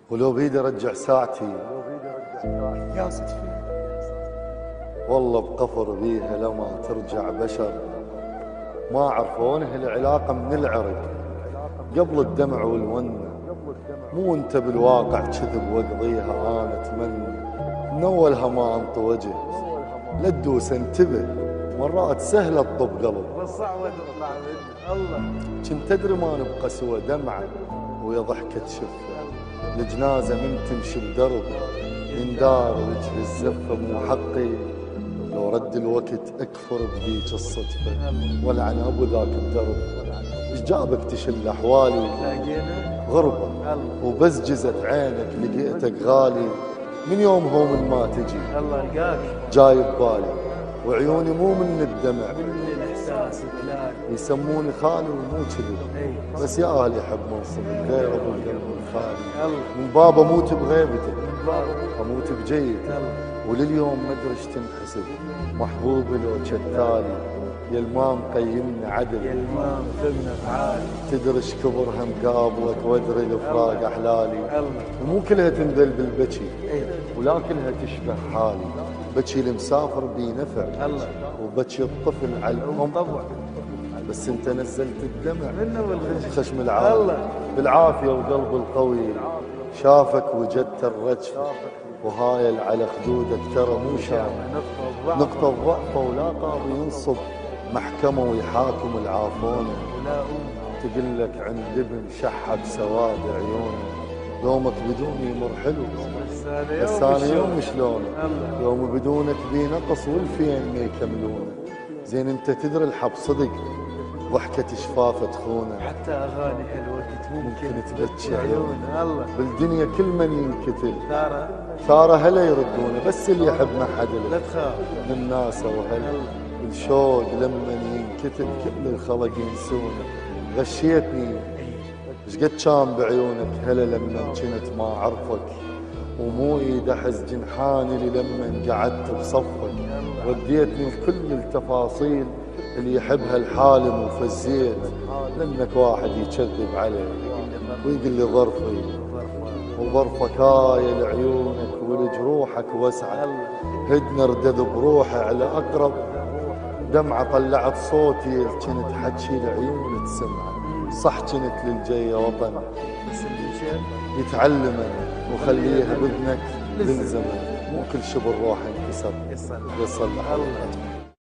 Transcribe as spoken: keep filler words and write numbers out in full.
ولو بيدي ارجع ساعتي يا صدفي والله بقفر بيها لما ترجع بشر. ما اعرف وانه العلاقة من العرق قبل الدمع والونة. مو انت بالواقع كذب واقضيها انا اتمنى من اولها ما انط وجه. لا تدوس انتبه مرات سهلة تطب قلب. والصعوة تطلع منه الله. كنت ادري ما نبقى سوى دمعة ويا ضحكة شفة. الجنازة من تمشي بدرب يندار وجه الزفة. مو حقي لو رد الوقت اكفر بذيك الصدفة والعن ابو ذاك الدرب. ايش جابك تشل احوالي غربة وبس جزت عينك لقيتك غالي. من يوم هو من ما تجي الله لقاك جاي ببالي وعيوني مو من الدمع من الاحساس تلاقي. يسموني خالي ومو كذب. بس يا اهلي يحب منصب غير ابو القلب الخالي. من بابا اموت بغيبته اموت بجيته. ولليوم ما ادري ايش تنحسب محبوبي لو كتالي. يا المام قيمني عدل يا المام ثمن افعالي. تدري ايش كبر هم قابلك وادري الفراق احلالي. ومو كلها تنذل بالبكي ولا كلها تشبه حالي. بكي المسافر بي نفع وبكي الطفل على الام طبع. بس انت نزلت الدمع منه والخشم خشم العالم بالعافيه وقلب القوي. شافك وجدت الرجف وهايل على خدودك ترى مو شام. نقطة ضعفة ولا قاضي ينصب محكمة ويحاكم العافونة. تقول لك عند ابن شحب سواد عيونه. يومك بدوني يمر حلو بس انا يوم شلونه. يوم بدونك بي نقص والفين ما يكملونه. زين انت تدري الحب صدق ضحكة شفافة تخونه. حتى اغاني حلوة ممكن تبكي عيون الله. بالدنيا كل من ينكتل ثارة ثارة هلا يردونه. بس اللي يحب ما حد له لا تخاف من ناسه وهل الشوق لما ينكتل كل الخلق ينسونه. غشيتني ايش قد كان بعيونك هلا لما كنت ما اعرفك. ومو ايد احز جنحاني لما قعدت بصفك. وديتني في كل التفاصيل اللي يحبها الحالم وفزيت لانك واحد يكذب عليه ويقول لي ظرفي وظرفك هاي لعيونك ولجروحك وسعة. هدنا ردد بروحي على اقرب دمعة طلعت صوتي كنت حكي لعيون تسمع. صح كنت للجاية وطن بس اللي يتعلم وخليها باذنك للزمن. مو كل شي بالروح انكسر يصلح الله.